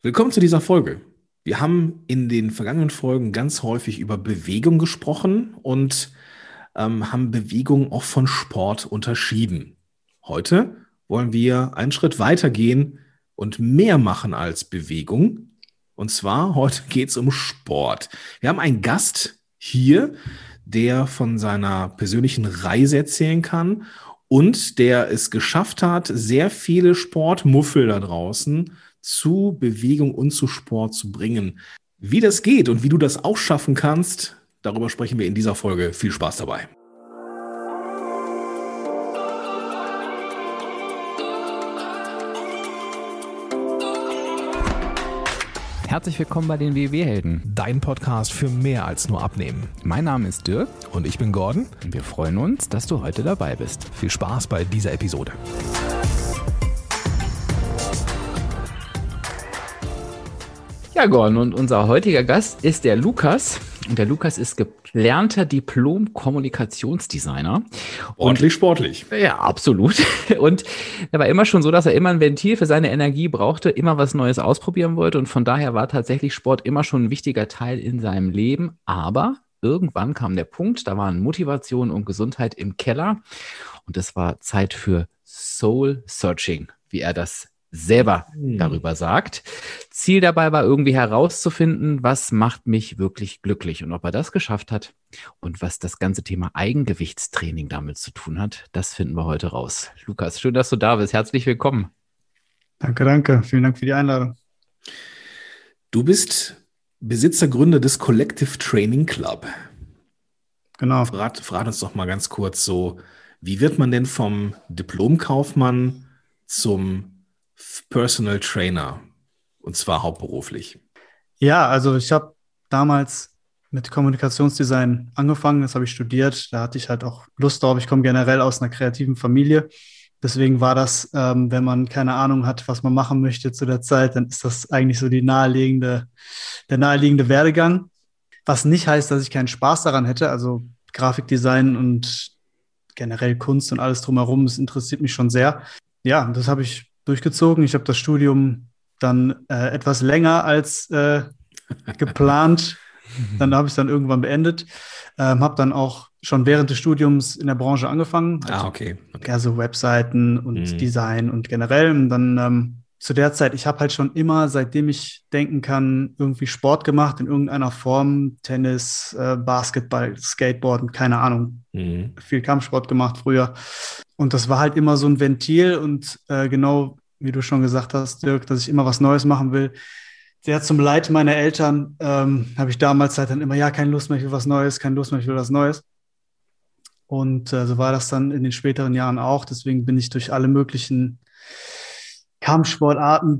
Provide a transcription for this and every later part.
Willkommen zu dieser Folge. Wir haben in den vergangenen Folgen ganz häufig über Bewegung gesprochen und haben Bewegung auch von Sport unterschieden. Heute wollen wir einen Schritt weiter gehen und mehr machen als Bewegung. Und zwar heute geht es um Sport. Wir haben einen Gast hier, der von seiner persönlichen Reise erzählen kann und der es geschafft hat, sehr viele Sportmuffel da draußen zu Bewegung und zu Sport zu bringen. Wie das geht und wie du das auch schaffen kannst, darüber sprechen wir in dieser Folge. Viel Spaß dabei. Herzlich willkommen bei den WW-Helden. Dein Podcast für mehr als nur Abnehmen. Mein Name ist Dirk Und ich bin Gordon. und wir freuen uns, dass du heute dabei bist. Viel Spaß bei dieser Episode. Ja, Gordon, und unser heutiger Gast ist der Lukas. Und der Lukas ist gelernter Diplom-Kommunikationsdesigner. Ordentlich sportlich. Ja, absolut. Und er war immer schon so, dass er immer ein Ventil für seine Energie brauchte, immer was Neues ausprobieren wollte. Und von daher war tatsächlich Sport immer schon ein wichtiger Teil in seinem Leben. Aber irgendwann kam der Punkt, da waren Motivation und Gesundheit im Keller. Und es war Zeit für Soul Searching, wie er das selber darüber sagt. Ziel dabei war irgendwie herauszufinden, was macht mich wirklich glücklich und ob er das geschafft hat und was das ganze Thema Eigengewichtstraining damit zu tun hat, das finden wir heute raus. Lukas, schön, dass du da bist. Herzlich willkommen. Danke, danke. Vielen Dank für die Einladung. Du bist Besitzer, Gründer des Collective Training Club. Genau. Verrat uns doch mal ganz kurz so, wie wird man denn vom Diplomkaufmann zum Personal Trainer? Und zwar hauptberuflich. Ja, also ich habe damals mit Kommunikationsdesign angefangen, das habe ich studiert. Da hatte ich halt auch Lust drauf. Ich komme generell aus einer kreativen Familie. Deswegen war das, wenn man keine Ahnung hat, was man machen möchte zu der Zeit, dann ist das eigentlich so der naheliegende Werdegang. Was nicht heißt, dass ich keinen Spaß daran hätte. Also Grafikdesign und generell Kunst und alles drumherum, das interessiert mich schon sehr. Ja, das habe ich durchgezogen. Ich habe das Studium dann etwas länger als geplant. Dann habe ich es dann irgendwann beendet. Habe dann auch schon während des Studiums in der Branche angefangen. Okay. Ja, so Webseiten und Design und generell. Und dann zu der Zeit, ich habe halt schon immer, seitdem ich denken kann, irgendwie Sport gemacht in irgendeiner Form. Tennis, Basketball, Skateboarden, keine Ahnung. Viel Kampfsport gemacht früher. Und das war halt immer so ein Ventil und genau wie du schon gesagt hast, Dirk, dass ich immer was Neues machen will. Sehr zum Leid meiner Eltern habe ich damals halt dann immer, ja, keine Lust mehr, ich will was Neues, keine Lust mehr, ich will was Neues. Und so war das dann in den späteren Jahren auch. Deswegen bin ich durch alle möglichen Kampfsportarten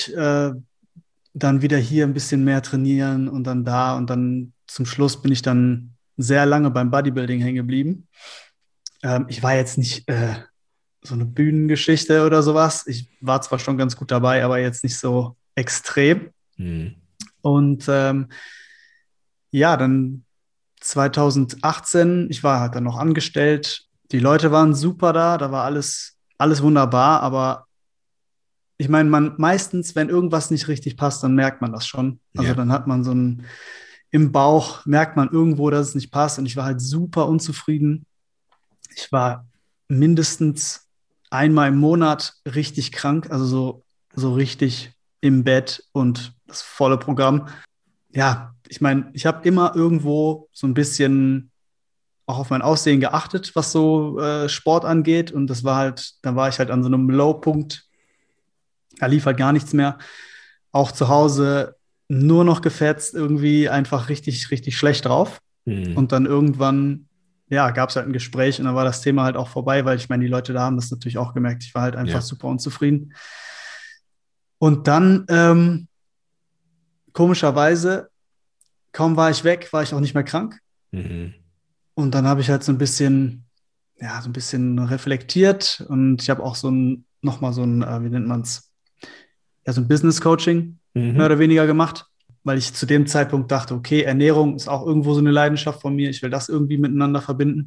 dann wieder hier ein bisschen mehr trainieren und dann da. Und dann zum Schluss bin ich dann sehr lange beim Bodybuilding hängen geblieben. Ich war jetzt nicht so eine Bühnengeschichte oder sowas. Ich war zwar schon ganz gut dabei, aber jetzt nicht so extrem. Und ja, dann 2018, ich war halt dann noch angestellt. Die Leute waren super da war alles wunderbar, aber ich meine, meistens, wenn irgendwas nicht richtig passt, dann merkt man das schon. Also Ja. dann hat man im Bauch, merkt man irgendwo, dass es nicht passt. Und ich war halt super unzufrieden. Ich war mindestens einmal im Monat richtig krank, also so richtig im Bett und das volle Programm. Ja, ich meine, ich habe immer irgendwo so ein bisschen auch auf mein Aussehen geachtet, was so Sport angeht. Und da war ich halt an so einem Low-Punkt. Da lief halt gar nichts mehr. Auch zu Hause nur noch gefetzt, irgendwie einfach richtig, richtig schlecht drauf. Und dann irgendwann, ja, gab es halt ein Gespräch und dann war das Thema halt auch vorbei, weil ich meine, die Leute da haben das natürlich auch gemerkt. Ich war halt einfach super unzufrieden. Und dann, komischerweise, kaum war ich weg, war ich auch nicht mehr krank. Und dann habe ich halt so ein bisschen reflektiert und ich habe auch nochmal so ein, wie nennt man es? Ja, so ein Business-Coaching mehr oder weniger gemacht, weil ich zu dem Zeitpunkt dachte, okay, Ernährung ist auch irgendwo so eine Leidenschaft von mir, ich will das irgendwie miteinander verbinden.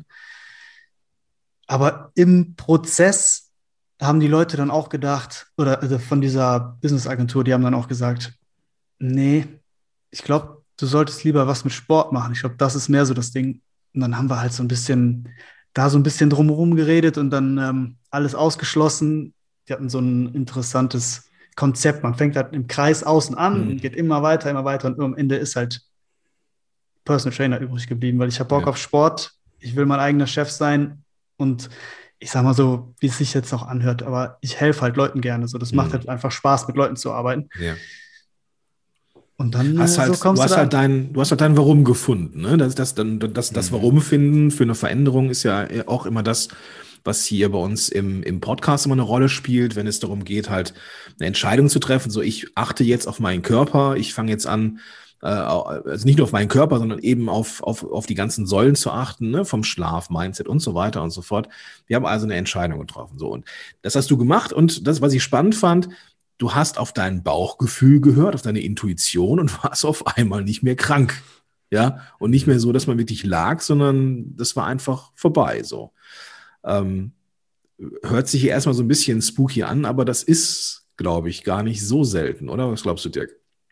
Aber im Prozess haben die Leute dann auch gedacht, oder also von dieser Business-Agentur, die haben dann auch gesagt, Nee, ich glaube, du solltest lieber was mit Sport machen. Ich glaube, das ist mehr so das Ding. Und dann haben wir halt so ein bisschen drumherum geredet und dann alles ausgeschlossen. Wir hatten so ein interessantes Konzept. Man fängt halt im Kreis außen an und Mhm. geht immer weiter und am Ende ist halt Personal Trainer übrig geblieben, weil ich habe Bock Ja. auf Sport. Ich will mein eigener Chef sein und ich sag mal so, wie es sich jetzt auch anhört, aber ich helfe halt Leuten gerne. So, das macht Mhm. halt einfach Spaß, mit Leuten zu arbeiten. Ja. Und dann Hast so halt, kommst du da. du hast halt dein Warum gefunden, ne? Das Mhm. Warum finden für eine Veränderung ist ja auch immer das, was hier bei uns im Podcast immer eine Rolle spielt, wenn es darum geht, halt eine Entscheidung zu treffen. So, ich achte jetzt auf meinen Körper, ich fange jetzt an, also nicht nur auf meinen Körper, sondern eben auf die ganzen Säulen zu achten, ne? Vom Schlaf, Mindset und so weiter und so fort. Wir haben also eine Entscheidung getroffen. So, und das hast du gemacht und das, was ich spannend fand, du hast auf dein Bauchgefühl gehört, auf deine Intuition und warst auf einmal nicht mehr krank. Ja, und nicht mehr so, dass man wirklich lag, sondern das war einfach vorbei. So. Ähm, hört sich hier erstmal so ein bisschen spooky an, aber das ist, glaube ich, gar nicht so selten, oder? Was glaubst du, Dirk?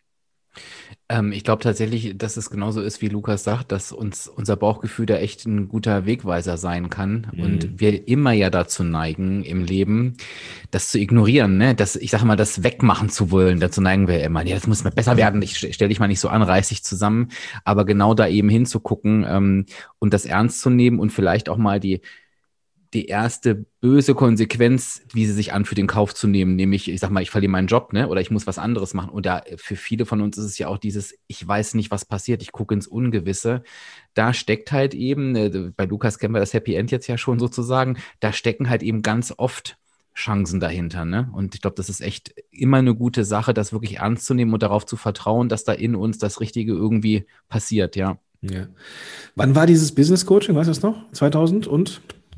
Ich glaube tatsächlich, dass es genauso ist, wie Lukas sagt, dass uns unser Bauchgefühl da echt ein guter Wegweiser sein kann und Mhm. wir immer ja dazu neigen im Leben, das zu ignorieren, ne? Das, ich sage mal, das wegmachen zu wollen. Dazu neigen wir immer. Ja, das muss mal besser werden. Ich stell dich mal nicht so an, reiß dich zusammen. Aber genau da eben hinzugucken und das ernst zu nehmen und vielleicht auch mal die erste böse Konsequenz, wie sie sich anfühlt, in Kauf zu nehmen, nämlich, ich sag mal, ich verliere meinen Job, ne? Oder ich muss was anderes machen. Und da für viele von uns ist es ja auch dieses, ich weiß nicht, was passiert, ich gucke ins Ungewisse. Da steckt halt eben, bei Lukas kennen wir das Happy End jetzt ja schon sozusagen, da stecken halt eben ganz oft Chancen dahinter, ne? Und ich glaube, das ist echt immer eine gute Sache, das wirklich ernst zu nehmen und darauf zu vertrauen, dass da in uns das Richtige irgendwie passiert, ja. Ja. Wann war dieses Business Coaching? Weißt du das noch? 2000 und?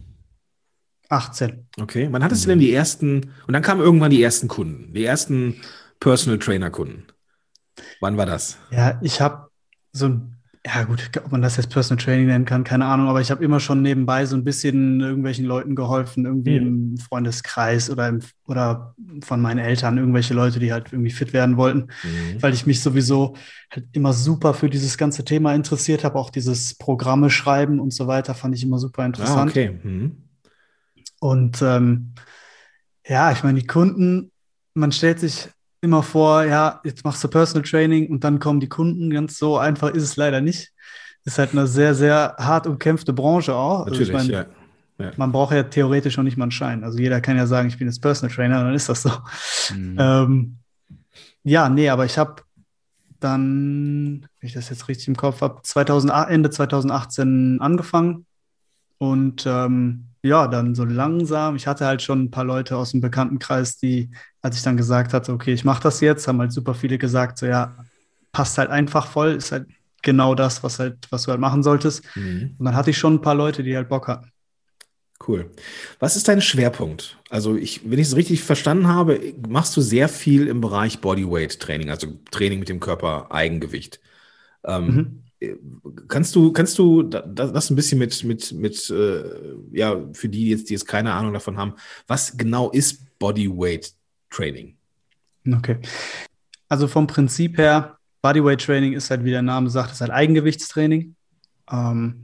18. Okay. Wann hattest du denn Mhm. die ersten, und dann kamen irgendwann die ersten Kunden, die ersten Personal Trainer Kunden. Wann war das? Ja, ich habe so ein, ja gut, ob man das jetzt Personal Training nennen kann, keine Ahnung, aber ich habe immer schon nebenbei so ein bisschen irgendwelchen Leuten geholfen, irgendwie Mhm. im Freundeskreis oder von meinen Eltern, irgendwelche Leute, die halt irgendwie fit werden wollten, Mhm. weil ich mich sowieso halt immer super für dieses ganze Thema interessiert habe, auch dieses Programme schreiben und so weiter, fand ich immer super Ah, interessant. okay. Mhm. Und ja, ich meine, die Kunden, man stellt sich immer vor, ja, jetzt machst du Personal Training und dann kommen die Kunden. Ganz so einfach ist es leider nicht. Ist halt eine sehr, sehr hart umkämpfte Branche auch. Also ich Natürlich, meine, ja. Ja. man braucht ja theoretisch noch nicht mal einen Schein. Also jeder kann ja sagen, ich bin jetzt Personal Trainer, dann ist das so. Mhm. Ähm, ja, nee, aber ich habe dann, wenn ich das jetzt richtig im Kopf habe, Ende 2018 angefangen. Und ja, dann so langsam, ich hatte halt schon ein paar Leute aus dem Bekanntenkreis, die, als ich dann gesagt hatte, okay, ich mache das jetzt, haben halt super viele gesagt, so ja, passt halt einfach voll, ist halt genau das, was du halt machen solltest. Mhm. Und dann hatte ich schon ein paar Leute, die halt Bock hatten. Cool. Was ist dein Schwerpunkt? Also wenn ich es richtig verstanden habe, machst du sehr viel im Bereich Bodyweight Training, also Training mit dem Körper, Eigengewicht. Ähm, Mhm. äh, kannst du das ein bisschen ja, für die jetzt keine Ahnung davon haben, was genau ist Bodyweight Training? Okay. Also vom Prinzip her, Bodyweight Training ist halt, wie der Name sagt, ist halt Eigengewichtstraining. Ähm,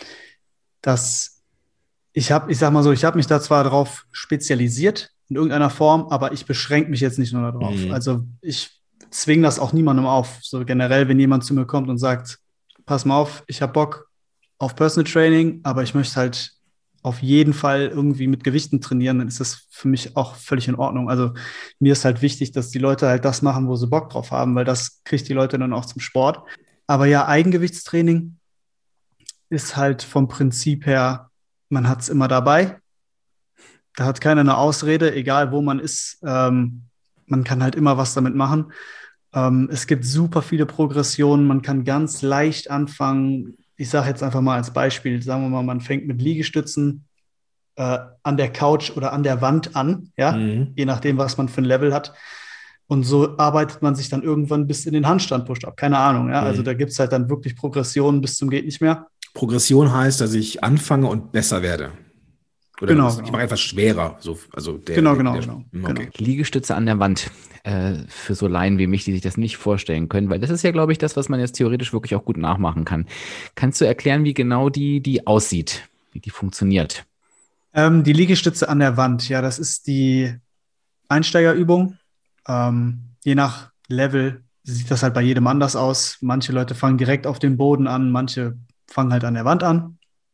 das ich sag mal so, ich habe mich da zwar darauf spezialisiert in irgendeiner Form, aber ich beschränke mich jetzt nicht nur darauf. Mhm. Also ich zwinge das auch niemandem auf. So generell, wenn jemand zu mir kommt und sagt, pass mal auf, ich habe Bock auf Personal Training, aber ich möchte halt auf jeden Fall irgendwie mit Gewichten trainieren, dann ist das für mich auch völlig in Ordnung. Also mir ist halt wichtig, dass die Leute halt das machen, wo sie Bock drauf haben, weil das kriegt die Leute dann auch zum Sport. Aber ja, Eigengewichtstraining ist halt vom Prinzip her, man hat es immer dabei. Da hat keiner eine Ausrede, egal wo man ist. Man kann halt immer was damit machen. Es gibt super viele Progressionen. Man kann ganz leicht anfangen. Ich sage jetzt einfach mal als Beispiel, sagen wir mal, man fängt mit Liegestützen an der Couch oder an der Wand an, ja, Mhm. je nachdem, was man für ein Level hat. Und so arbeitet man sich dann irgendwann bis in den Handstand-Push-Up. Keine Ahnung, ja. Also da Mhm. gibt es halt dann wirklich Progressionen bis zum geht nicht mehr. Progression heißt, dass ich anfange und besser werde. Oder Genau, ich genau. mache etwas schwerer. So, also Genau. Okay. Liegestütze an der Wand. Für so Laien wie mich, die sich das nicht vorstellen können, weil das ist ja, glaube ich, das, was man jetzt theoretisch wirklich auch gut nachmachen kann. Kannst du erklären, wie genau die aussieht, wie die funktioniert? Die Liegestütze an der Wand, ja, das ist die Einsteigerübung. Je nach Level sieht das halt bei jedem anders aus. Manche Leute fangen direkt auf dem Boden an, manche fangen halt an der Wand an.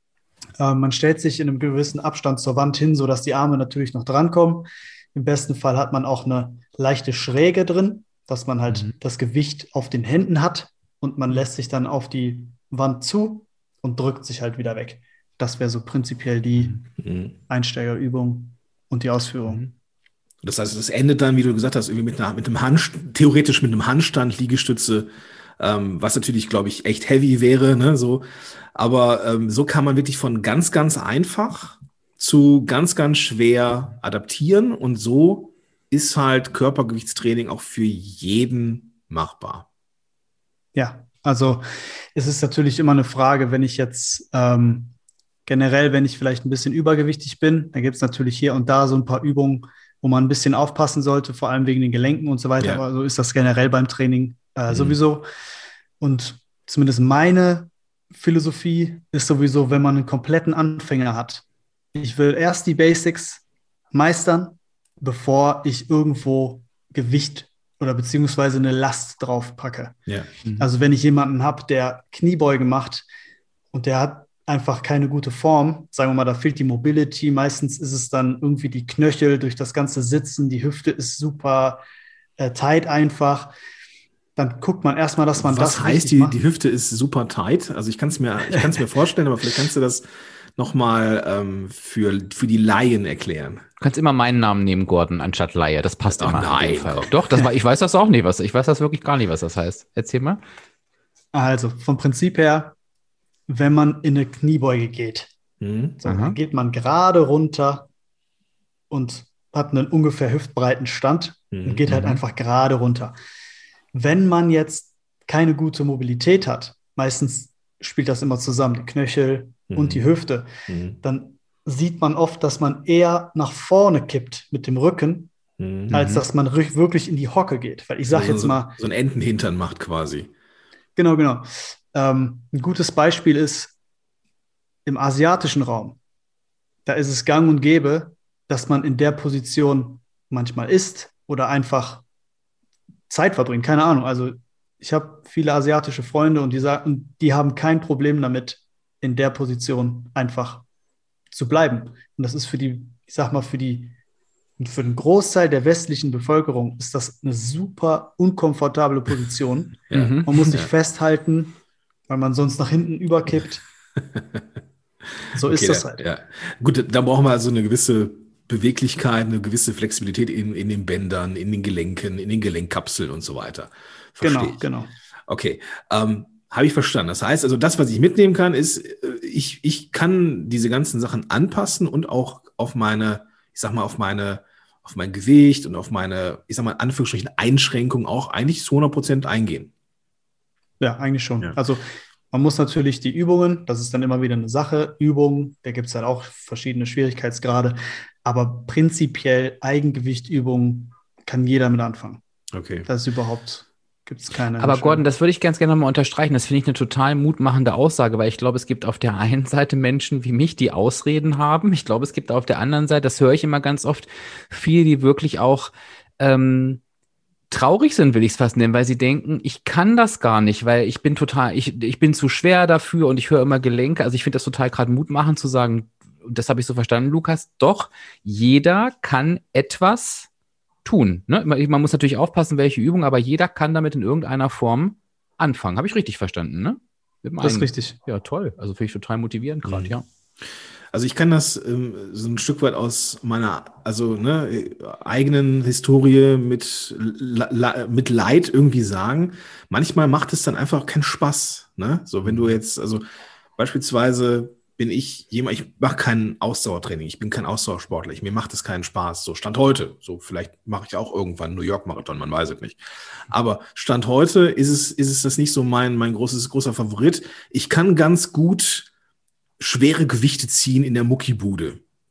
Man stellt sich in einem gewissen Abstand zur Wand hin, sodass die Arme natürlich noch drankommen. Im besten Fall hat man auch eine leichte Schräge drin, dass man halt das Gewicht auf den Händen hat und man lässt sich dann auf die Wand zu und drückt sich halt wieder weg. Das wäre so prinzipiell die Einsteigerübung und die Ausführung. Das heißt, es endet dann, wie du gesagt hast, irgendwie theoretisch mit einem Handstand, Liegestütze, was natürlich, glaube ich, echt heavy wäre, ne, so. Aber so kann man wirklich von ganz, ganz einfach zu ganz, ganz schwer adaptieren und so ist halt Körpergewichtstraining auch für jeden machbar. Ja, also es ist natürlich immer eine Frage, wenn ich jetzt generell, wenn ich vielleicht ein bisschen übergewichtig bin, dann gibt es natürlich hier und da so ein paar Übungen, wo man ein bisschen aufpassen sollte, vor allem wegen den Gelenken und so weiter. Ja. Aber so ist das generell beim Training sowieso. Und zumindest meine Philosophie ist sowieso, wenn man einen kompletten Anfänger hat, ich will erst die Basics meistern, bevor ich irgendwo Gewicht oder beziehungsweise eine Last drauf packe. Ja. Also wenn ich jemanden habe, der Kniebeuge macht und der hat einfach keine gute Form, sagen wir mal, da fehlt die Mobility, meistens ist es dann irgendwie die Knöchel durch das ganze Sitzen, die Hüfte ist super tight einfach, dann guckt man erstmal, dass man Was das heißt, richtig macht. die Hüfte ist super tight? Also ich kann es mir vorstellen, aber vielleicht kannst du das nochmal für die Laien erklären. Du kannst immer meinen Namen nehmen, Gordon, anstatt Laie. Das passt Oh immer. nein, in dem Fall. komm. Doch, ich weiß das auch nicht. Ich weiß das wirklich gar nicht, was das heißt. Erzähl mal. Also vom Prinzip her, wenn man in eine Kniebeuge geht, Mhm. so, dann geht man gerade runter und hat einen ungefähr hüftbreiten Stand und geht halt einfach gerade runter. Wenn man jetzt keine gute Mobilität hat, meistens spielt das immer zusammen, die Knöchel und die Hüfte, dann sieht man oft, dass man eher nach vorne kippt mit dem Rücken, als dass man wirklich in die Hocke geht. Weil ich sage jetzt mal, so ein Entenhintern macht quasi. genau. Ein gutes Beispiel ist im asiatischen Raum. Da ist es gang und gäbe, dass man in der Position manchmal isst oder einfach Zeit verbringt. Keine Ahnung. Also ich habe viele asiatische Freunde und die sagen, die haben kein Problem damit, in der Position einfach zu bleiben. Und das ist für den Großteil der westlichen Bevölkerung ist das eine super unkomfortable Position. Ja. Man muss sich festhalten, weil man sonst nach hinten überkippt. So ist das halt. Ja. Gut, da brauchen wir also eine gewisse Beweglichkeit, eine gewisse Flexibilität in den Bändern, in den Gelenken, in den Gelenkkapseln und so weiter. Verstehe ich. Genau. Okay, habe ich verstanden. Das heißt also, das, was ich mitnehmen kann, ist, ich kann diese ganzen Sachen anpassen und auch auf mein Gewicht und auf meine, ich sag mal, in Anführungsstrichen Einschränkungen auch eigentlich zu 100% eingehen. Ja, eigentlich schon. Ja. Also man muss natürlich die Übungen, das ist dann immer wieder eine Sache, Übungen, da gibt es halt auch verschiedene Schwierigkeitsgrade, aber prinzipiell Eigengewichtübungen kann jeder mit anfangen. Okay. Das ist gibt es keine. Aber Gordon, das würde ich ganz gerne mal unterstreichen. Das finde ich eine total mutmachende Aussage, weil ich glaube, es gibt auf der einen Seite Menschen wie mich, die Ausreden haben. Ich glaube, es gibt auf der anderen Seite, das höre ich immer ganz oft, viele, die wirklich auch traurig sind, will ich es fast nennen, weil sie denken, ich kann das gar nicht, weil ich bin ich bin zu schwer dafür und ich höre immer Gelenke. Also ich finde das total gerade mutmachend zu sagen, und das habe ich so verstanden, Lukas, doch, jeder kann etwas tun. Ne? Man muss natürlich aufpassen, welche Übung, aber jeder kann damit in irgendeiner Form anfangen. Habe ich richtig verstanden, ne? Das ist richtig. Ja, toll. Also finde ich total motivierend gerade, ja. Also ich kann das so ein Stück weit aus meiner eigenen Historie mit Leid irgendwie sagen. Manchmal macht es dann einfach keinen Spaß. Ne? So, wenn du jetzt, also beispielsweise bin ich jemand, ich mache kein Ausdauertraining, ich bin kein Ausdauersportler, mir macht es keinen Spaß. So Stand heute, so vielleicht mache ich auch irgendwann New York Marathon, man weiß es nicht. Aber Stand heute ist es das nicht so mein großer Favorit. Ich kann ganz gut schwere Gewichte ziehen in der Muckibude.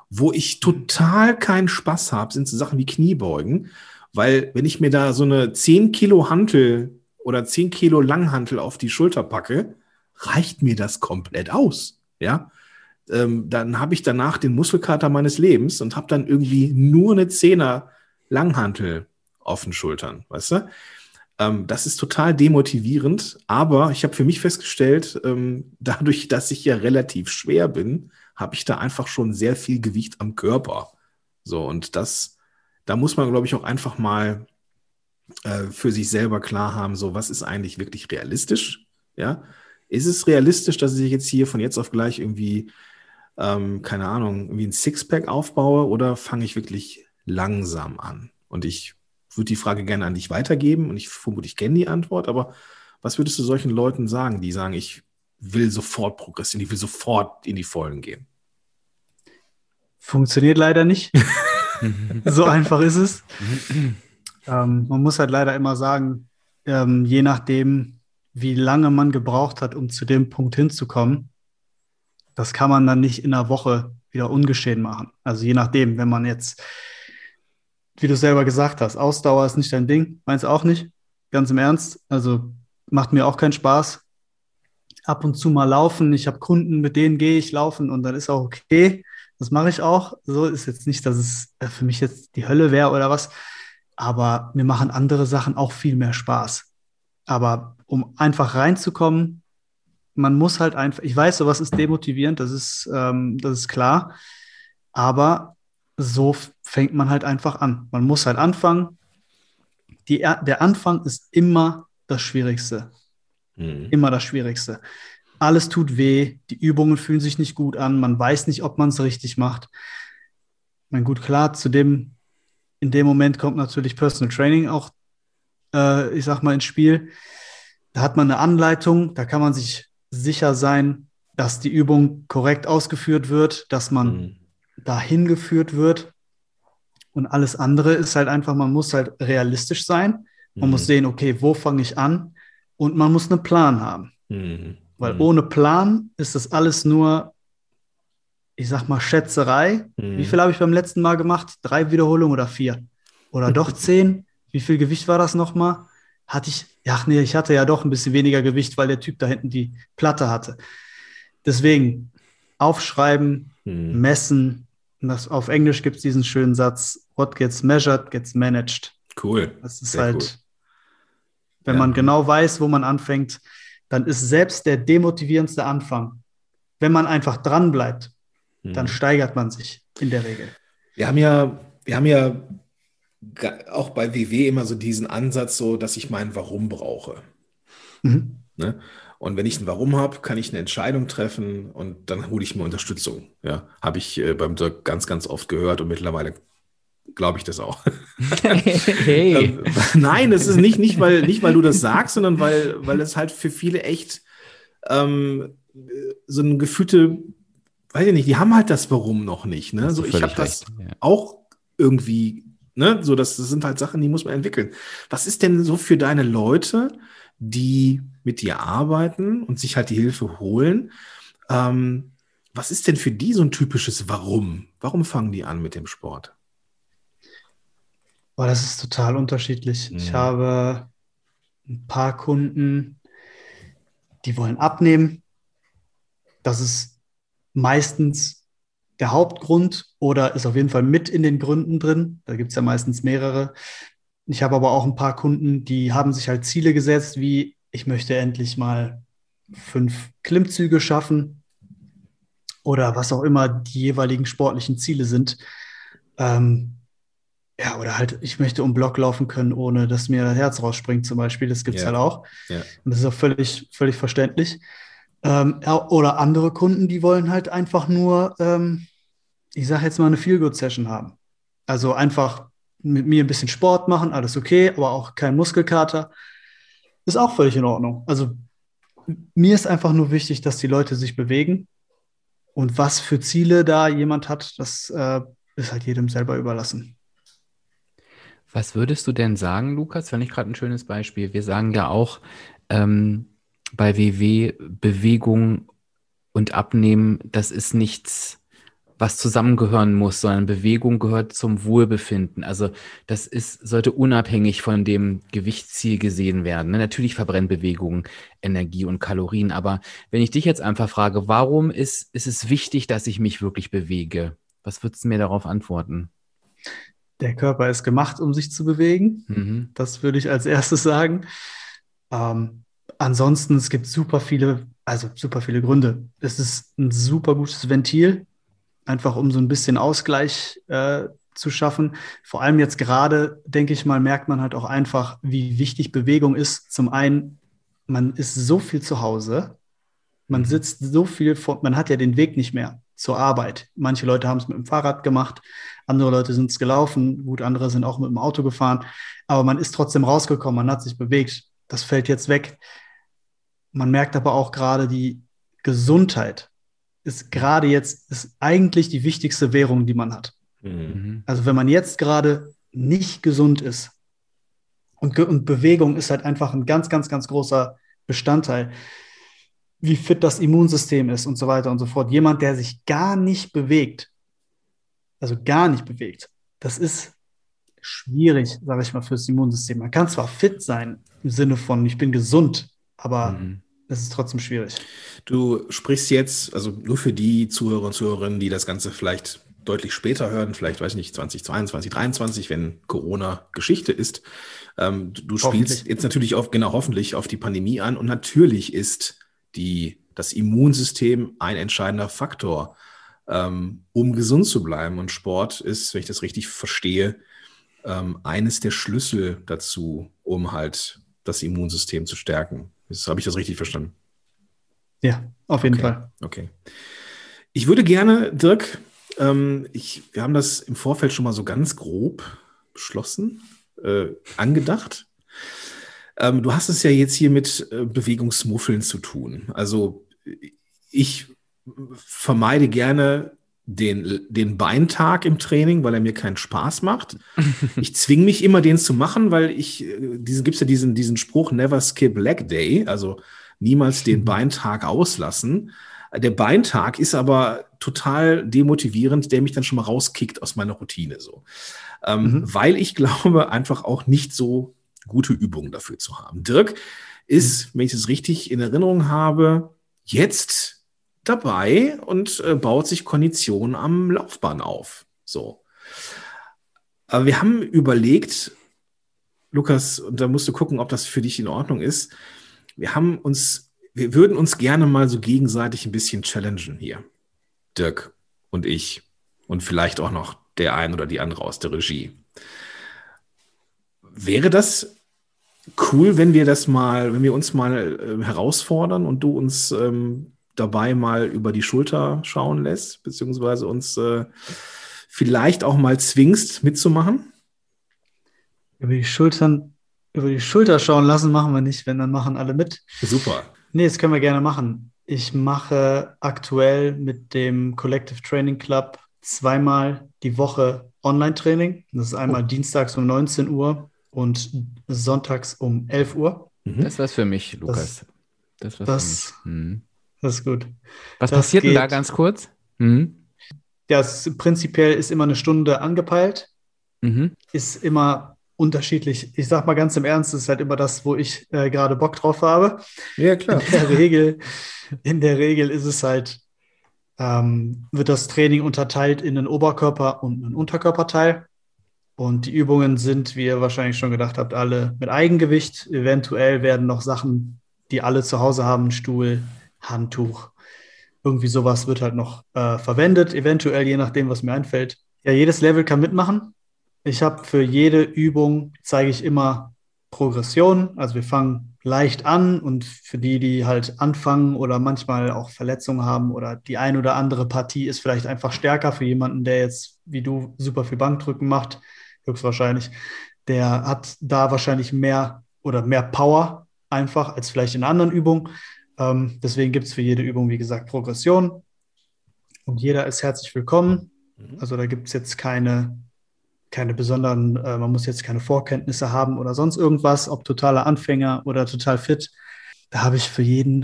Wo ich total keinen Spaß habe, sind so Sachen wie Kniebeugen, weil wenn ich mir da so eine 10 Kilo Hantel oder 10 Kilo Langhantel auf die Schulter packe, reicht mir das komplett aus. Ja, dann habe ich danach den Muskelkater meines Lebens und habe dann irgendwie nur eine 10er Langhantel auf den Schultern, weißt du? Das ist total demotivierend, aber ich habe für mich festgestellt, dadurch, dass ich ja relativ schwer bin, habe ich da einfach schon sehr viel Gewicht am Körper. So, und da muss man, glaube ich, auch einfach mal für sich selber klar haben, so, was ist eigentlich wirklich realistisch? Ja? Ist es realistisch, dass ich jetzt hier von jetzt auf gleich irgendwie, keine Ahnung, irgendwie ein Sixpack aufbaue oder fange ich wirklich langsam an? Und ich würde die Frage gerne an dich weitergeben und ich vermute, ich kenne die Antwort, aber was würdest du solchen Leuten sagen, die sagen, ich will sofort progressieren, ich will sofort in die Vollen gehen? Funktioniert leider nicht. So einfach ist es. Man muss halt leider immer sagen, je nachdem, wie lange man gebraucht hat, um zu dem Punkt hinzukommen, das kann man dann nicht in einer Woche wieder ungeschehen machen. Also je nachdem, wenn man jetzt, wie du selber gesagt hast, Ausdauer ist nicht dein Ding, meins auch nicht, ganz im Ernst. Also macht mir auch keinen Spaß. Ab und zu mal laufen. Ich habe Kunden, mit denen gehe ich laufen und dann ist auch okay. Das mache ich auch. So ist jetzt nicht, dass es für mich jetzt die Hölle wäre oder was. Aber mir machen andere Sachen auch viel mehr Spaß. Aber um einfach reinzukommen, man muss halt einfach, ich weiß, sowas ist demotivierend, das ist klar. Aber so fängt man halt einfach an. Man muss halt anfangen. Der Anfang ist immer das Schwierigste. Immer das Schwierigste. Alles tut weh, die Übungen fühlen sich nicht gut an, man weiß nicht, ob man es richtig macht. Ich meine, gut, klar, in dem Moment kommt natürlich Personal Training auch, ich sag mal, ins Spiel. Da hat man eine Anleitung, da kann man sich sicher sein, dass die Übung korrekt ausgeführt wird, dass man dahin geführt wird. Und alles andere ist halt einfach, man muss halt realistisch sein. Man muss sehen, okay, wo fange ich an? Und man muss einen Plan haben. Weil ohne Plan ist das alles nur, ich sag mal, Schätzerei. Wie viel habe ich beim letzten Mal gemacht? 3 Wiederholungen oder 4? Oder doch 10? Wie viel Gewicht war das nochmal? Ich hatte ja doch ein bisschen weniger Gewicht, weil der Typ da hinten die Platte hatte. Deswegen aufschreiben, messen. Und auf Englisch gibt es diesen schönen Satz, what gets measured, gets managed. Cool. Das ist halt, cool. Wenn man genau weiß, wo man anfängt, dann ist selbst der demotivierendste Anfang, wenn man einfach dran bleibt, dann steigert man sich in der Regel. Wir haben ja auch bei WW immer so diesen Ansatz, so, dass ich mein Warum brauche. Ne? Und wenn ich ein Warum habe, kann ich eine Entscheidung treffen und dann hole ich mir Unterstützung. Ja, habe ich beim Dirk ganz, ganz oft gehört und mittlerweile glaube ich das auch. Hey. Nein, es ist nicht weil du das sagst, sondern weil es halt für viele echt so ein gefühlte, weiß ich nicht, die haben halt das Warum noch nicht. Ne? So, ich habe das auch irgendwie, ne? So, das sind halt Sachen, die muss man entwickeln. Was ist denn so für deine Leute, die mit dir arbeiten und sich halt die Hilfe holen? Was ist denn für die so ein typisches Warum? Warum fangen die an mit dem Sport? Boah, das ist total unterschiedlich. Ich habe ein paar Kunden, die wollen abnehmen. Das ist meistens der Hauptgrund oder ist auf jeden Fall mit in den Gründen drin. Da gibt es ja meistens mehrere. Ich habe aber auch ein paar Kunden, die haben sich halt Ziele gesetzt, wie ich möchte endlich mal 5 Klimmzüge schaffen oder was auch immer die jeweiligen sportlichen Ziele sind. Oder halt, ich möchte um Block laufen können, ohne dass mir das Herz rausspringt zum Beispiel. Das gibt es halt auch. Ja. Und das ist auch völlig, völlig verständlich. Oder andere Kunden, die wollen halt einfach nur, ich sage jetzt mal, eine Feel-Good-Session haben. Also einfach mit mir ein bisschen Sport machen, alles okay, aber auch kein Muskelkater. Ist auch völlig in Ordnung. Also mir ist einfach nur wichtig, dass die Leute sich bewegen. Und was für Ziele da jemand hat, das ist halt jedem selber überlassen. Was würdest du denn sagen, Lukas? Fand ich gerade ein schönes Beispiel. Wir sagen ja auch bei WW Bewegung und Abnehmen, das ist nichts was zusammengehören muss, sondern Bewegung gehört zum Wohlbefinden. Also sollte unabhängig von dem Gewichtsziel gesehen werden. Ne? Natürlich verbrennt Bewegung Energie und Kalorien, aber wenn ich dich jetzt einfach frage, warum ist es wichtig, dass ich mich wirklich bewege? Was würdest du mir darauf antworten? Der Körper ist gemacht, um sich zu bewegen. Mhm. Das würde ich als erstes sagen. Ansonsten, es gibt super viele Gründe. Es ist ein super gutes Ventil, einfach um so ein bisschen Ausgleich zu schaffen. Vor allem jetzt gerade, denke ich mal, merkt man halt auch einfach, wie wichtig Bewegung ist. Zum einen, man ist so viel zu Hause, man sitzt so viel, man hat ja den Weg nicht mehr zur Arbeit. Manche Leute haben es mit dem Fahrrad gemacht, andere Leute sind es gelaufen, gut, andere sind auch mit dem Auto gefahren, aber man ist trotzdem rausgekommen, man hat sich bewegt. Das fällt jetzt weg. Man merkt aber auch gerade, die Gesundheit ist eigentlich die wichtigste Währung, die man hat. Mhm. Also wenn man jetzt gerade nicht gesund ist und Bewegung ist halt einfach ein ganz, ganz, ganz großer Bestandteil, wie fit das Immunsystem ist und so weiter und so fort. Jemand, der sich gar nicht bewegt, das ist schwierig, sage ich mal, fürs Immunsystem. Man kann zwar fit sein im Sinne von, ich bin gesund, aber es ist trotzdem schwierig. Du sprichst jetzt, also nur für die Zuhörer und Zuhörerinnen, die das Ganze vielleicht deutlich später hören, vielleicht, weiß ich nicht, 2022, 2023, wenn Corona Geschichte ist. Du spielst jetzt natürlich hoffentlich auf die Pandemie an und natürlich ist das Immunsystem ein entscheidender Faktor, um gesund zu bleiben. Und Sport ist, wenn ich das richtig verstehe, eines der Schlüssel dazu, um halt das Immunsystem zu stärken. Habe ich das richtig verstanden? Ja, auf jeden Fall. Okay. Ich würde gerne, Dirk, wir haben das im Vorfeld schon mal so ganz grob beschlossen, angedacht. Du hast es ja jetzt hier mit Bewegungsmuffeln zu tun. Also ich vermeide gerne den Beintag im Training, weil er mir keinen Spaß macht. Ich zwinge mich immer, den zu machen, weil gibt's ja diesen Spruch, never skip leg day, also niemals den Beintag auslassen. Der Beintag ist aber total demotivierend, der mich dann schon mal rauskickt aus meiner Routine, so. Weil ich glaube, einfach auch nicht so gute Übungen dafür zu haben. Dirk ist, wenn ich es richtig in Erinnerung habe, jetzt dabei und baut sich Kondition am Laufbahn auf. So. Aber wir haben überlegt, Lukas, und da musst du gucken, ob das für dich in Ordnung ist. Wir würden uns gerne mal so gegenseitig ein bisschen challengen hier. Dirk und ich und vielleicht auch noch der ein oder die andere aus der Regie. Wäre das cool, wenn wir uns mal herausfordern und du uns dabei mal über die Schulter schauen lässt, beziehungsweise uns vielleicht auch mal zwingst, mitzumachen? Über die Schulter schauen lassen machen wir nicht, wenn, dann machen alle mit. Super. Nee, das können wir gerne machen. Ich mache aktuell mit dem Collective Training Club 2-mal die Woche Online-Training. Das ist einmal dienstags um 19 Uhr und sonntags um 11 Uhr. Das war's für mich, Lukas. Das war's für mich. Das ist gut. Was passiert denn da ganz kurz? Ja, prinzipiell ist immer eine Stunde angepeilt. Ist immer unterschiedlich. Ich sag mal ganz im Ernst, das ist halt immer das, wo ich gerade Bock drauf habe. Ja, klar. In der Regel ist es halt, wird das Training unterteilt in einen Oberkörper- und einen Unterkörperteil. Und die Übungen sind, wie ihr wahrscheinlich schon gedacht habt, alle mit Eigengewicht. Eventuell werden noch Sachen, die alle zu Hause haben, Stuhl, Handtuch, irgendwie sowas wird halt noch verwendet. Eventuell, je nachdem, was mir einfällt. Ja, jedes Level kann mitmachen. Ich habe für jede Übung, zeige ich immer Progression. Also wir fangen leicht an und für die halt anfangen oder manchmal auch Verletzungen haben oder die ein oder andere Partie ist vielleicht einfach stärker für jemanden, der jetzt, wie du, super viel Bankdrücken macht, höchstwahrscheinlich. Der hat da wahrscheinlich mehr Power einfach als vielleicht in anderen Übungen. Deswegen gibt es für jede Übung, wie gesagt, Progression. Und jeder ist herzlich willkommen. Also da gibt es jetzt keine besonderen, man muss jetzt keine Vorkenntnisse haben oder sonst irgendwas, ob totaler Anfänger oder total fit. Da habe ich für jeden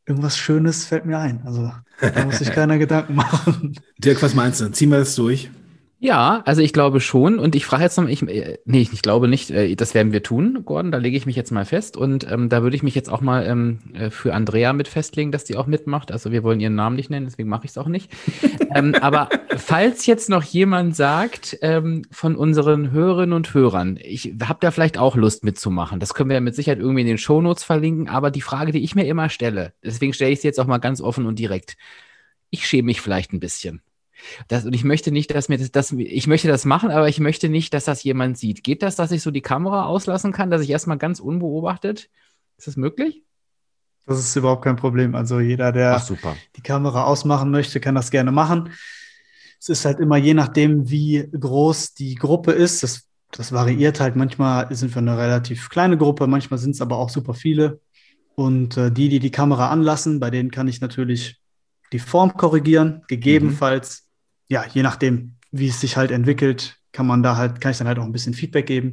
irgendwas Schönes fällt mir ein. Also da muss sich keiner Gedanken machen. Dirk, was meinst du? Ziehen wir das durch? Ja, also ich glaube schon. Und ich frage jetzt noch, nee, ich glaube nicht, das werden wir tun, Gordon, da lege ich mich jetzt mal fest. Und da würde ich mich jetzt auch mal für Andrea mit festlegen, dass die auch mitmacht. Also wir wollen ihren Namen nicht nennen, deswegen mache ich es auch nicht. Aber falls jetzt noch jemand sagt, von unseren Hörerinnen und Hörern, ich habe da vielleicht auch Lust mitzumachen, das können wir mit Sicherheit irgendwie in den Shownotes verlinken. Aber die Frage, die ich mir immer stelle, deswegen stelle ich sie jetzt auch mal ganz offen und direkt. Ich schäme mich vielleicht ein bisschen. Und ich möchte nicht, dass mir ich möchte das machen, aber ich möchte nicht, dass das jemand sieht. Geht das, dass ich so die Kamera auslassen kann, dass ich erstmal ganz unbeobachtet? Ist das möglich? Das ist überhaupt kein Problem. Also jeder, der super. die Kamera ausmachen möchte, kann das gerne machen. Es ist halt immer je nachdem, wie groß die Gruppe ist. Das variiert halt. Manchmal sind wir eine relativ kleine Gruppe, manchmal sind es aber auch super viele. Und die Kamera anlassen, bei denen kann ich natürlich die Form korrigieren, gegebenenfalls. Ja, je nachdem, wie es sich halt entwickelt, kann ich dann halt auch ein bisschen Feedback geben.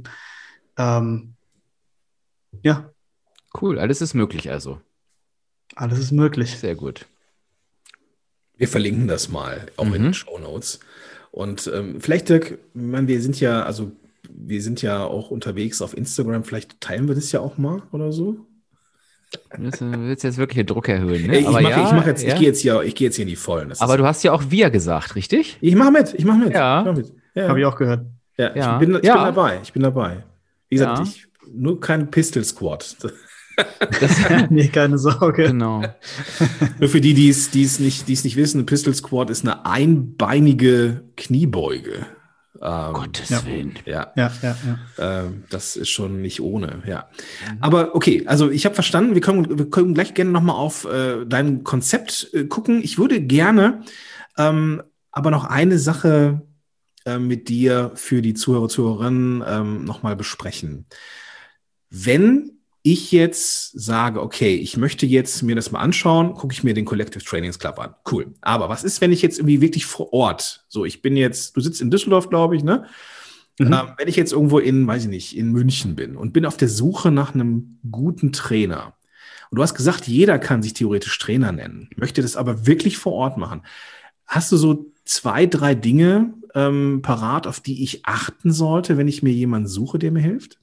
Ja. Cool, alles ist möglich also. Alles ist möglich. Sehr gut. Wir verlinken das mal auch in den Shownotes. Und vielleicht, Dirk, wir sind ja auch unterwegs auf Instagram, vielleicht teilen wir das ja auch mal oder so. Du willst jetzt wirklich den Druck erhöhen, ne? Ich gehe jetzt hier in die Vollen. Aber du hast ja auch wir gesagt, richtig? Ich mache mit. Ja. Habe ich auch gehört. Ja. Ich bin dabei. Wie gesagt, nur kein Pistol Squad. Nee, keine Sorge. Genau. Nur für die es nicht wissen, ein Pistol Squat ist eine einbeinige Kniebeuge. Gottes Willen. Ja. Das ist schon nicht ohne, ja. Aber okay, also ich habe verstanden, wir können gleich gerne nochmal auf dein Konzept gucken. Ich würde gerne aber noch eine Sache mit dir für die Zuhörer, Zuhörerinnen nochmal besprechen. Wenn ich jetzt sage, okay, ich möchte jetzt mir das mal anschauen, gucke ich mir den Collective Trainings Club an. Cool. Aber was ist, wenn ich jetzt irgendwie wirklich vor Ort, du sitzt in Düsseldorf, glaube ich, ne? Wenn ich jetzt irgendwo in München bin und bin auf der Suche nach einem guten Trainer. Und du hast gesagt, jeder kann sich theoretisch Trainer nennen, möchte das aber wirklich vor Ort machen. Hast du so 2, 3 Dinge parat, auf die ich achten sollte, wenn ich mir jemanden suche, der mir hilft?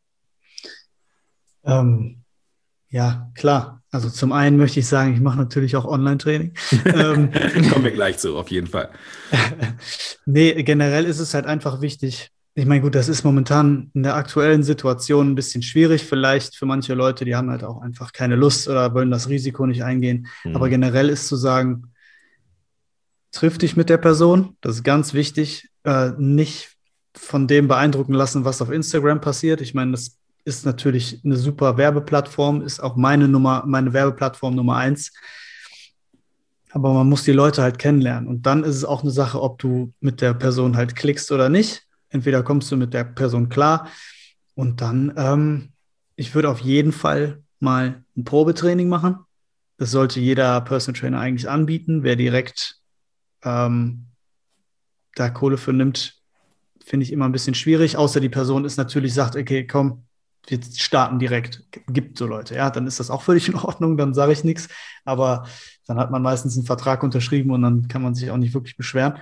Ja, klar. Also zum einen möchte ich sagen, ich mache natürlich auch Online-Training. Kommen wir gleich zu, auf jeden Fall. Nee, generell ist es halt einfach wichtig. Ich meine, gut, das ist momentan in der aktuellen Situation ein bisschen schwierig, vielleicht für manche Leute, die haben halt auch einfach keine Lust oder wollen das Risiko nicht eingehen. Aber generell ist zu sagen, triff dich mit der Person, das ist ganz wichtig. Nicht von dem beeindrucken lassen, was auf Instagram passiert. Ich meine, das ist natürlich eine super Werbeplattform, ist auch meine Werbeplattform Nummer 1. Aber man muss die Leute halt kennenlernen. Und dann ist es auch eine Sache, ob du mit der Person halt klickst oder nicht. Entweder kommst du mit der Person klar und dann, ich würde auf jeden Fall mal ein Probetraining machen. Das sollte jeder Personal Trainer eigentlich anbieten. Wer direkt da Kohle für nimmt, finde ich immer ein bisschen schwierig. Außer die Person sagt, okay, komm, wir starten direkt. Gibt so Leute, ja, dann ist das auch völlig in Ordnung, dann sage ich nichts. Aber dann hat man meistens einen Vertrag unterschrieben und dann kann man sich auch nicht wirklich beschweren.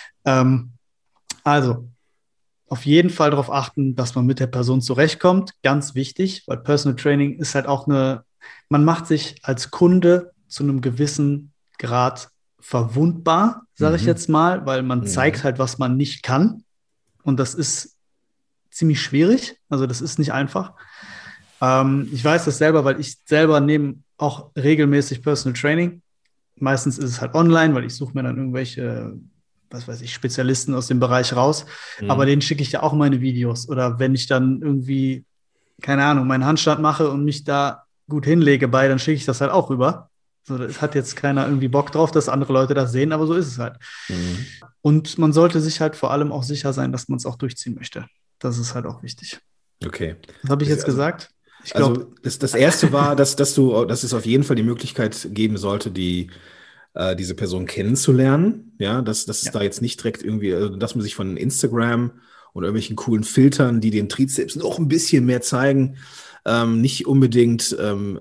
Also, auf jeden Fall darauf achten, dass man mit der Person zurechtkommt. Ganz wichtig, weil Personal Training ist halt auch man macht sich als Kunde zu einem gewissen Grad verwundbar, sage ich jetzt mal, weil man zeigt halt, was man nicht kann. Und das ist ziemlich schwierig. Also das ist nicht einfach. Ich weiß das selber, weil ich selber nehme auch regelmäßig Personal Training. Meistens ist es halt online, weil ich suche mir dann irgendwelche, Spezialisten aus dem Bereich raus. Aber denen schicke ich ja auch meine Videos. Oder wenn ich dann irgendwie, keine Ahnung, meinen Handstand mache und mich da gut hinlege dann schicke ich das halt auch rüber. So, das hat jetzt keiner irgendwie Bock drauf, dass andere Leute das sehen, aber so ist es halt. Und man sollte sich halt vor allem auch sicher sein, dass man es auch durchziehen möchte. Das ist halt auch wichtig. Okay. Was habe ich jetzt gesagt? Ich glaube, das erste war, dass es auf jeden Fall die Möglichkeit geben sollte, diese Person kennenzulernen. Ja, dass es da jetzt nicht direkt irgendwie, dass man sich von Instagram oder irgendwelchen coolen Filtern, die den Trizeps noch ein bisschen mehr zeigen, nicht unbedingt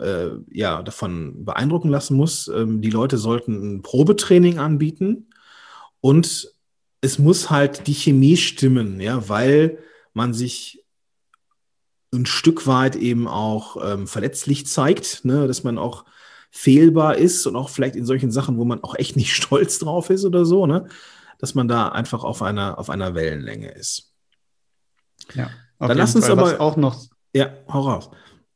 davon beeindrucken lassen muss. Die Leute sollten ein Probetraining anbieten und es muss halt die Chemie stimmen, ja, weil man sich ein Stück weit eben auch verletzlich zeigt, ne, dass man auch fehlbar ist und auch vielleicht in solchen Sachen, wo man auch echt nicht stolz drauf ist oder so, ne, dass man da einfach auf einer Wellenlänge ist. Ja, auf Dann jeden lass uns Fall. aber, hau raus.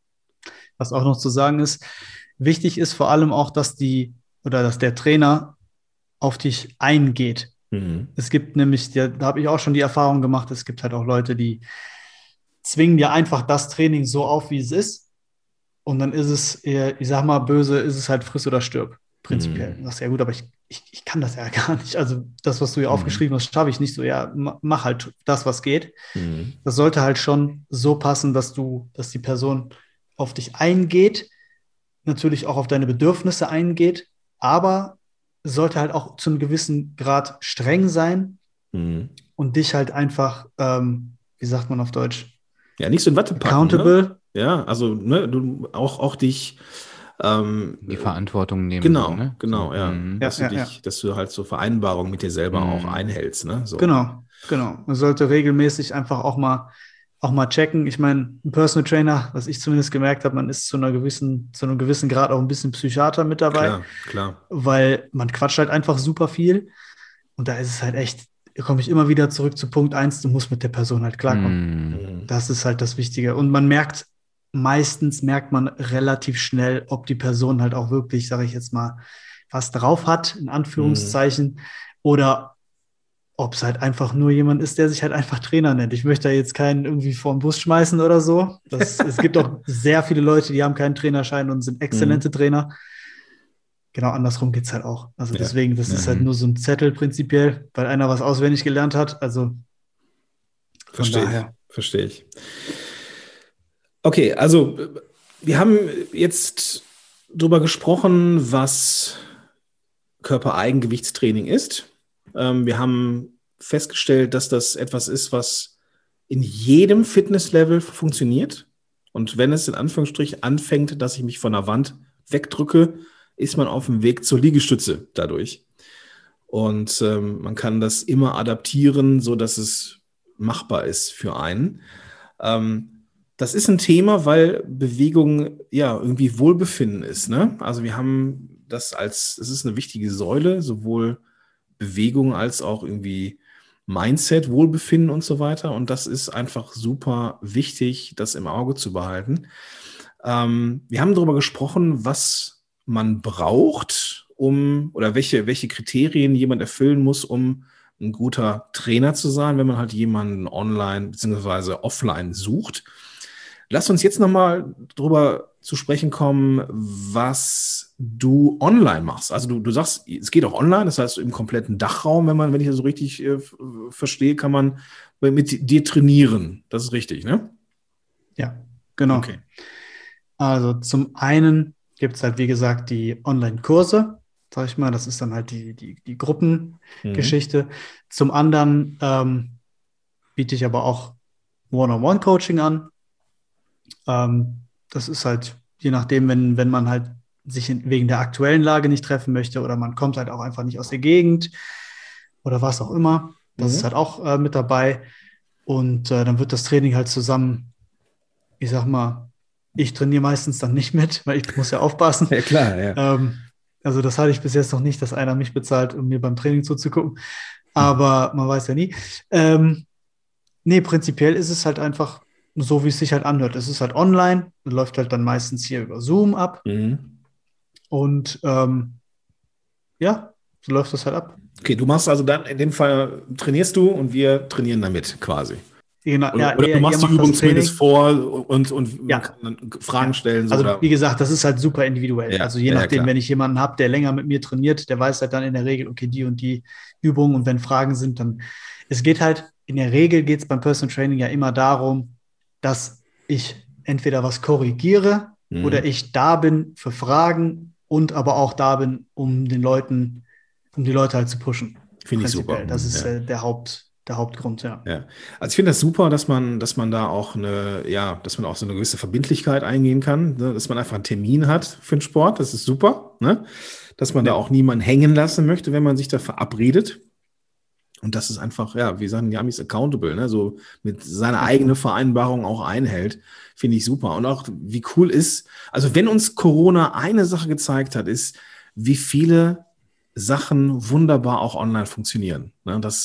Was auch noch zu sagen ist, wichtig ist vor allem auch, dass der Trainer auf dich eingeht. Mhm. Es gibt nämlich, da habe ich auch schon die Erfahrung gemacht, es gibt halt auch Leute, die zwingen dir einfach das Training so auf, wie es ist. Und dann ist es eher, ich sag mal böse, ist es halt friss oder stirb, prinzipiell. Du sagst, ja gut, aber ich kann das ja gar nicht. Also das, was du hier aufgeschrieben hast, schaffe ich nicht so. Ja, mach halt das, was geht. Das sollte halt schon so passen, dass die Person auf dich eingeht, natürlich auch auf deine Bedürfnisse eingeht, aber sollte halt auch zu einem gewissen Grad streng sein und dich halt einfach, wie sagt man auf Deutsch? Ja, nicht so in Watte packen. Accountable. Ne? Ja, also ne, du auch dich die Verantwortung nehmen. Genau, so, ne? genau, so. ja. Dass du halt so Vereinbarungen mit dir selber auch einhältst, ne? So. Genau. Man sollte regelmäßig einfach auch mal checken. Ich meine, ein Personal Trainer, was ich zumindest gemerkt habe, man ist zu einem gewissen Grad auch ein bisschen Psychiater mit dabei. Klar. Weil man quatscht halt einfach super viel. Und da ist es halt echt, da komme ich immer wieder zurück zu Punkt 1, du musst mit der Person halt klarkommen. Das ist halt das Wichtige. Und meistens merkt man relativ schnell, ob die Person halt auch wirklich, sage ich jetzt mal, was drauf hat, in Anführungszeichen, oder ob es halt einfach nur jemand ist, der sich halt einfach Trainer nennt. Ich möchte da jetzt keinen irgendwie vor den Bus schmeißen oder so. Es gibt auch sehr viele Leute, die haben keinen Trainerschein und sind exzellente Trainer. Genau, andersrum geht es halt auch. Also deswegen, das ist halt nur so ein Zettel prinzipiell, weil einer was auswendig gelernt hat. Also Verstehe ich. Okay, also wir haben jetzt drüber gesprochen, was Körpereigengewichtstraining ist. Wir haben festgestellt, dass das etwas ist, was in jedem Fitnesslevel funktioniert. Und wenn es in Anführungsstrichen anfängt, dass ich mich von der Wand wegdrücke, ist man auf dem Weg zur Liegestütze dadurch. Und man kann das immer adaptieren, so dass es machbar ist für einen. Das ist ein Thema, weil Bewegung ja irgendwie Wohlbefinden ist, ne? Also wir haben es ist eine wichtige Säule, sowohl Bewegung als auch irgendwie Mindset, Wohlbefinden und so weiter. Und das ist einfach super wichtig, das im Auge zu behalten. Wir haben darüber gesprochen, was man braucht, oder welche Kriterien jemand erfüllen muss, um ein guter Trainer zu sein, wenn man halt jemanden online bzw. offline sucht. Lass uns jetzt nochmal drüber zu sprechen kommen, was du online machst. Also du sagst, es geht auch online, das heißt im kompletten Dachraum, wenn ich das so richtig verstehe, kann man mit dir trainieren. Das ist richtig, ne? Ja, genau. Okay. Also zum einen gibt es halt, wie gesagt, die Online-Kurse, sag ich mal, das ist dann halt die Gruppengeschichte. Zum anderen biete ich aber auch One-on-One-Coaching an. Das ist halt, je nachdem, wenn man halt sich wegen der aktuellen Lage nicht treffen möchte oder man kommt halt auch einfach nicht aus der Gegend oder was auch immer. Das ist halt auch mit dabei. Und dann wird das Training halt zusammen, ich sag mal, ich trainiere meistens dann nicht mit, weil ich muss ja aufpassen. Ja, klar, ja. Also das hatte ich bis jetzt noch nicht, dass einer mich bezahlt, um mir beim Training zuzugucken. Aber man weiß ja nie. Nee, prinzipiell ist es halt einfach so, wie es sich halt anhört. Es ist halt online, läuft halt dann meistens hier über Zoom ab. Und ja, so läuft das halt ab. Okay, du machst also dann, in dem Fall trainierst du und wir trainieren damit quasi. Genau, oder du machst die Übung zumindest vor und man kann dann Fragen stellen. So, also oder? Wie gesagt, das ist halt super individuell. Ja, also je nachdem, wenn ich jemanden habe, der länger mit mir trainiert, der weiß halt dann in der Regel, okay, die und die Übungen, und wenn Fragen sind, dann, es geht halt, in der Regel geht es beim Personal Training ja immer darum, dass ich entweder was korrigiere oder ich da bin für Fragen und aber auch da bin, um die Leute halt zu pushen. Finde ich super. Das ist der der Hauptgrund, ja. Ja, also ich finde das super, dass man da auch dass man auch so eine gewisse Verbindlichkeit eingehen kann, ne? Dass man einfach einen Termin hat für den Sport, das ist super, ne? Dass man da Ja. auch niemanden hängen lassen möchte, wenn man sich da verabredet. Und das ist einfach, ja, wie sagen die Amis, accountable, ne? So mit seiner eigenen Vereinbarung auch einhält, finde ich super. Und auch wie cool ist, also wenn uns Corona eine Sache gezeigt hat, ist, wie viele Sachen wunderbar auch online funktionieren. Ne? Das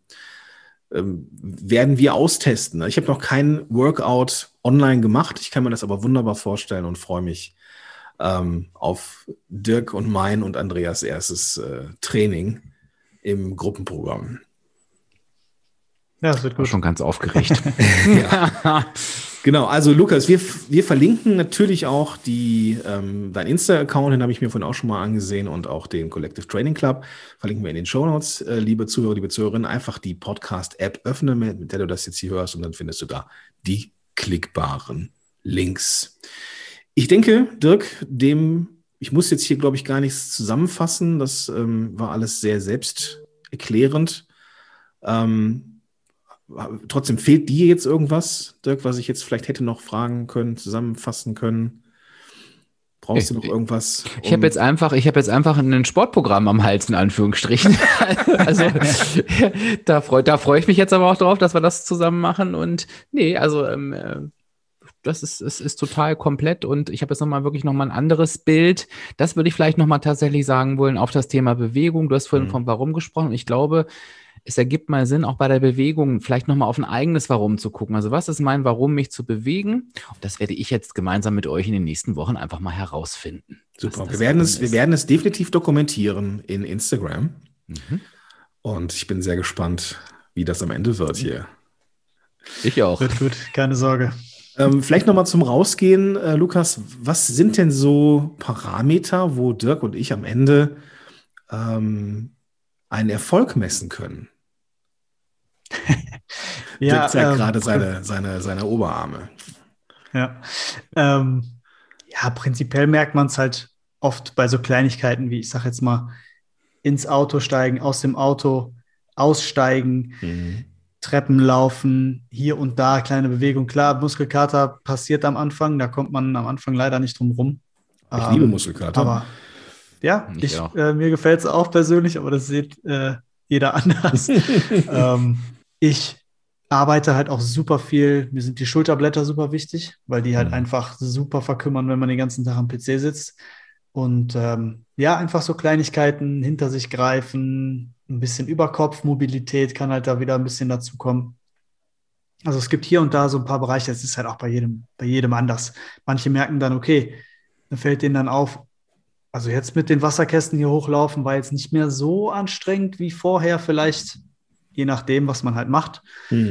werden wir austesten. Ich habe noch kein Workout online gemacht. Ich kann mir das aber wunderbar vorstellen und freue mich auf Dirk und mein und Andreas erstes Training im Gruppenprogramm. Ja, das wird War gut. schon ganz aufgeregt. Genau, also Lukas, wir verlinken natürlich auch dein Insta-Account, den habe ich mir vorhin auch schon mal angesehen, und auch den Collective Training Club verlinken wir in den Shownotes. Liebe Zuhörer, liebe Zuhörerinnen, einfach die Podcast-App öffnen, mit der du das jetzt hier hörst, und dann findest du da die klickbaren Links. Ich denke, Dirk, ich muss jetzt hier, glaube ich, gar nichts zusammenfassen. Das war alles sehr selbsterklärend. Trotzdem fehlt dir jetzt irgendwas, Dirk, was ich jetzt vielleicht hätte noch fragen können, zusammenfassen können? Brauchst du noch irgendwas? Ich habe jetzt einfach ein Sportprogramm am Hals, in Anführungsstrichen. Also da freue ich mich jetzt aber auch drauf, dass wir das zusammen machen. Und nee, also das ist total komplett, und ich habe jetzt wirklich noch mal ein anderes Bild. Das würde ich vielleicht noch mal tatsächlich sagen wollen auf das Thema Bewegung. Du hast vorhin vom Warum gesprochen, und ich glaube, es ergibt mal Sinn, auch bei der Bewegung vielleicht noch mal auf ein eigenes Warum zu gucken. Also was ist mein Warum, mich zu bewegen? Und das werde ich jetzt gemeinsam mit euch in den nächsten Wochen einfach mal herausfinden. Super, wir werden es definitiv dokumentieren in Instagram. Und ich bin sehr gespannt, wie das am Ende wird hier. Ich auch. Wird gut, keine Sorge. Vielleicht nochmal zum Rausgehen, Lukas, was sind denn so Parameter, wo Dirk und ich am Ende einen Erfolg messen können? Ja, Dirk zeigt gerade seine Oberarme. Ja, ja, prinzipiell merkt man es halt oft bei so Kleinigkeiten wie, ich sag jetzt mal, ins Auto steigen, aus dem Auto aussteigen, Treppen laufen, hier und da kleine Bewegung. Klar, Muskelkater passiert am Anfang, da kommt man am Anfang leider nicht drum rum. Ich liebe Muskelkater. Aber ja, mir gefällt es auch persönlich, aber das sieht jeder anders. Ich arbeite halt auch super viel. Mir sind die Schulterblätter super wichtig, weil die halt einfach super verkümmern, wenn man den ganzen Tag am PC sitzt. Und einfach so Kleinigkeiten hinter sich greifen, ein bisschen Überkopfmobilität kann halt da wieder ein bisschen dazu kommen. Also es gibt hier und da so ein paar Bereiche, es ist halt auch bei jedem anders. Manche merken dann, okay, dann fällt denen dann auf, also jetzt mit den Wasserkästen hier hochlaufen war jetzt nicht mehr so anstrengend wie vorher, vielleicht je nachdem, was man halt macht.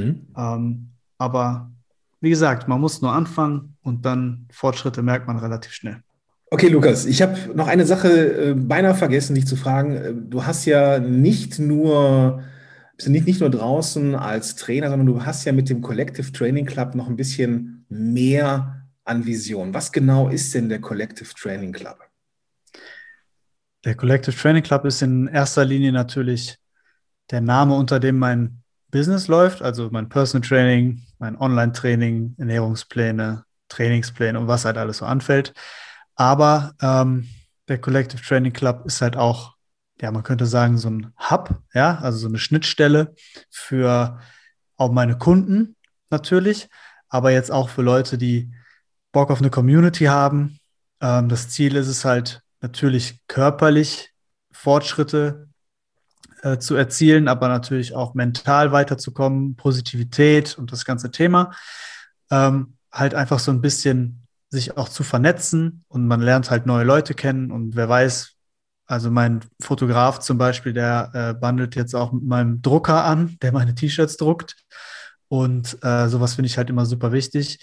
Aber wie gesagt, man muss nur anfangen, und dann Fortschritte merkt man relativ schnell. Okay, Lukas, ich habe noch eine Sache beinahe vergessen, dich zu fragen. Du hast ja bist nicht nur draußen als Trainer, sondern du hast ja mit dem Collective Training Club noch ein bisschen mehr an Vision. Was genau ist denn der Collective Training Club? Der Collective Training Club ist in erster Linie natürlich der Name, unter dem mein Business läuft, also mein Personal Training, mein Online-Training, Ernährungspläne, Trainingspläne und was halt alles so anfällt. Aber der Collective Training Club ist halt auch, ja, man könnte sagen, so ein Hub, ja, also so eine Schnittstelle für auch meine Kunden natürlich, aber jetzt auch für Leute, die Bock auf eine Community haben. Das Ziel ist es halt natürlich körperlich Fortschritte zu erzielen, aber natürlich auch mental weiterzukommen, Positivität und das ganze Thema. Halt einfach so ein bisschen sich auch zu vernetzen, und man lernt halt neue Leute kennen, und wer weiß, also mein Fotograf zum Beispiel, der bandelt jetzt auch mit meinem Drucker an, der meine T-Shirts druckt, und sowas finde ich halt immer super wichtig.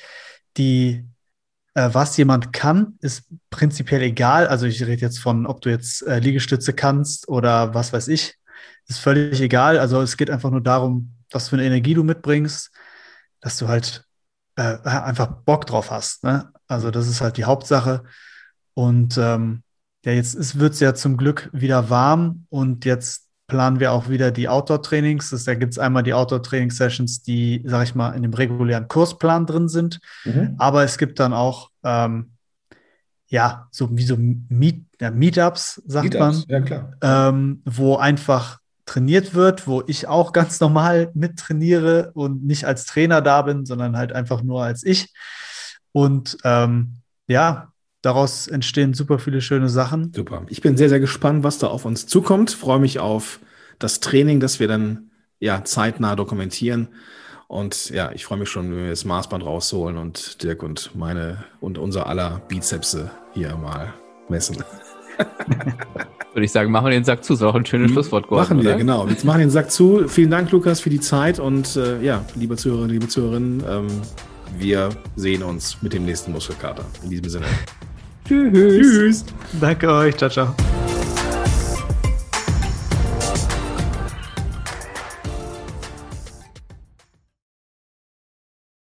Was jemand kann, ist prinzipiell egal, also ich rede jetzt von, ob du jetzt Liegestütze kannst oder was weiß ich, ist völlig egal, also es geht einfach nur darum, was für eine Energie du mitbringst, dass du halt einfach Bock drauf hast, ne? Also das ist halt die Hauptsache. Und jetzt wird es ja zum Glück wieder warm, und jetzt planen wir auch wieder die Outdoor-Trainings. Da gibt es einmal die Outdoor-Training-Sessions, die, sag ich mal, in dem regulären Kursplan drin sind. Aber es gibt dann auch so wie so Meetups, sagt man, ja klar. wo einfach trainiert wird, wo ich auch ganz normal mit trainiere und nicht als Trainer da bin, sondern halt einfach nur als ich. Und daraus entstehen super viele schöne Sachen. Super. Ich bin sehr, sehr gespannt, was da auf uns zukommt. Freue mich auf das Training, das wir dann zeitnah dokumentieren. Und ich freue mich schon, wenn wir das Maßband rausholen und Dirk und unser aller Bizepse hier mal messen. Würde ich sagen, machen wir den Sack zu. Ist auch ein schönes Schlusswort, Gordon. Machen wir, oder? genau. Jetzt machen wir den Sack zu. Vielen Dank, Lukas, für die Zeit. Und liebe Zuhörerinnen, liebe Zuhörerinnen, wir sehen uns mit dem nächsten Muskelkater. In diesem Sinne. Tschüss. Danke euch. Ciao, ciao.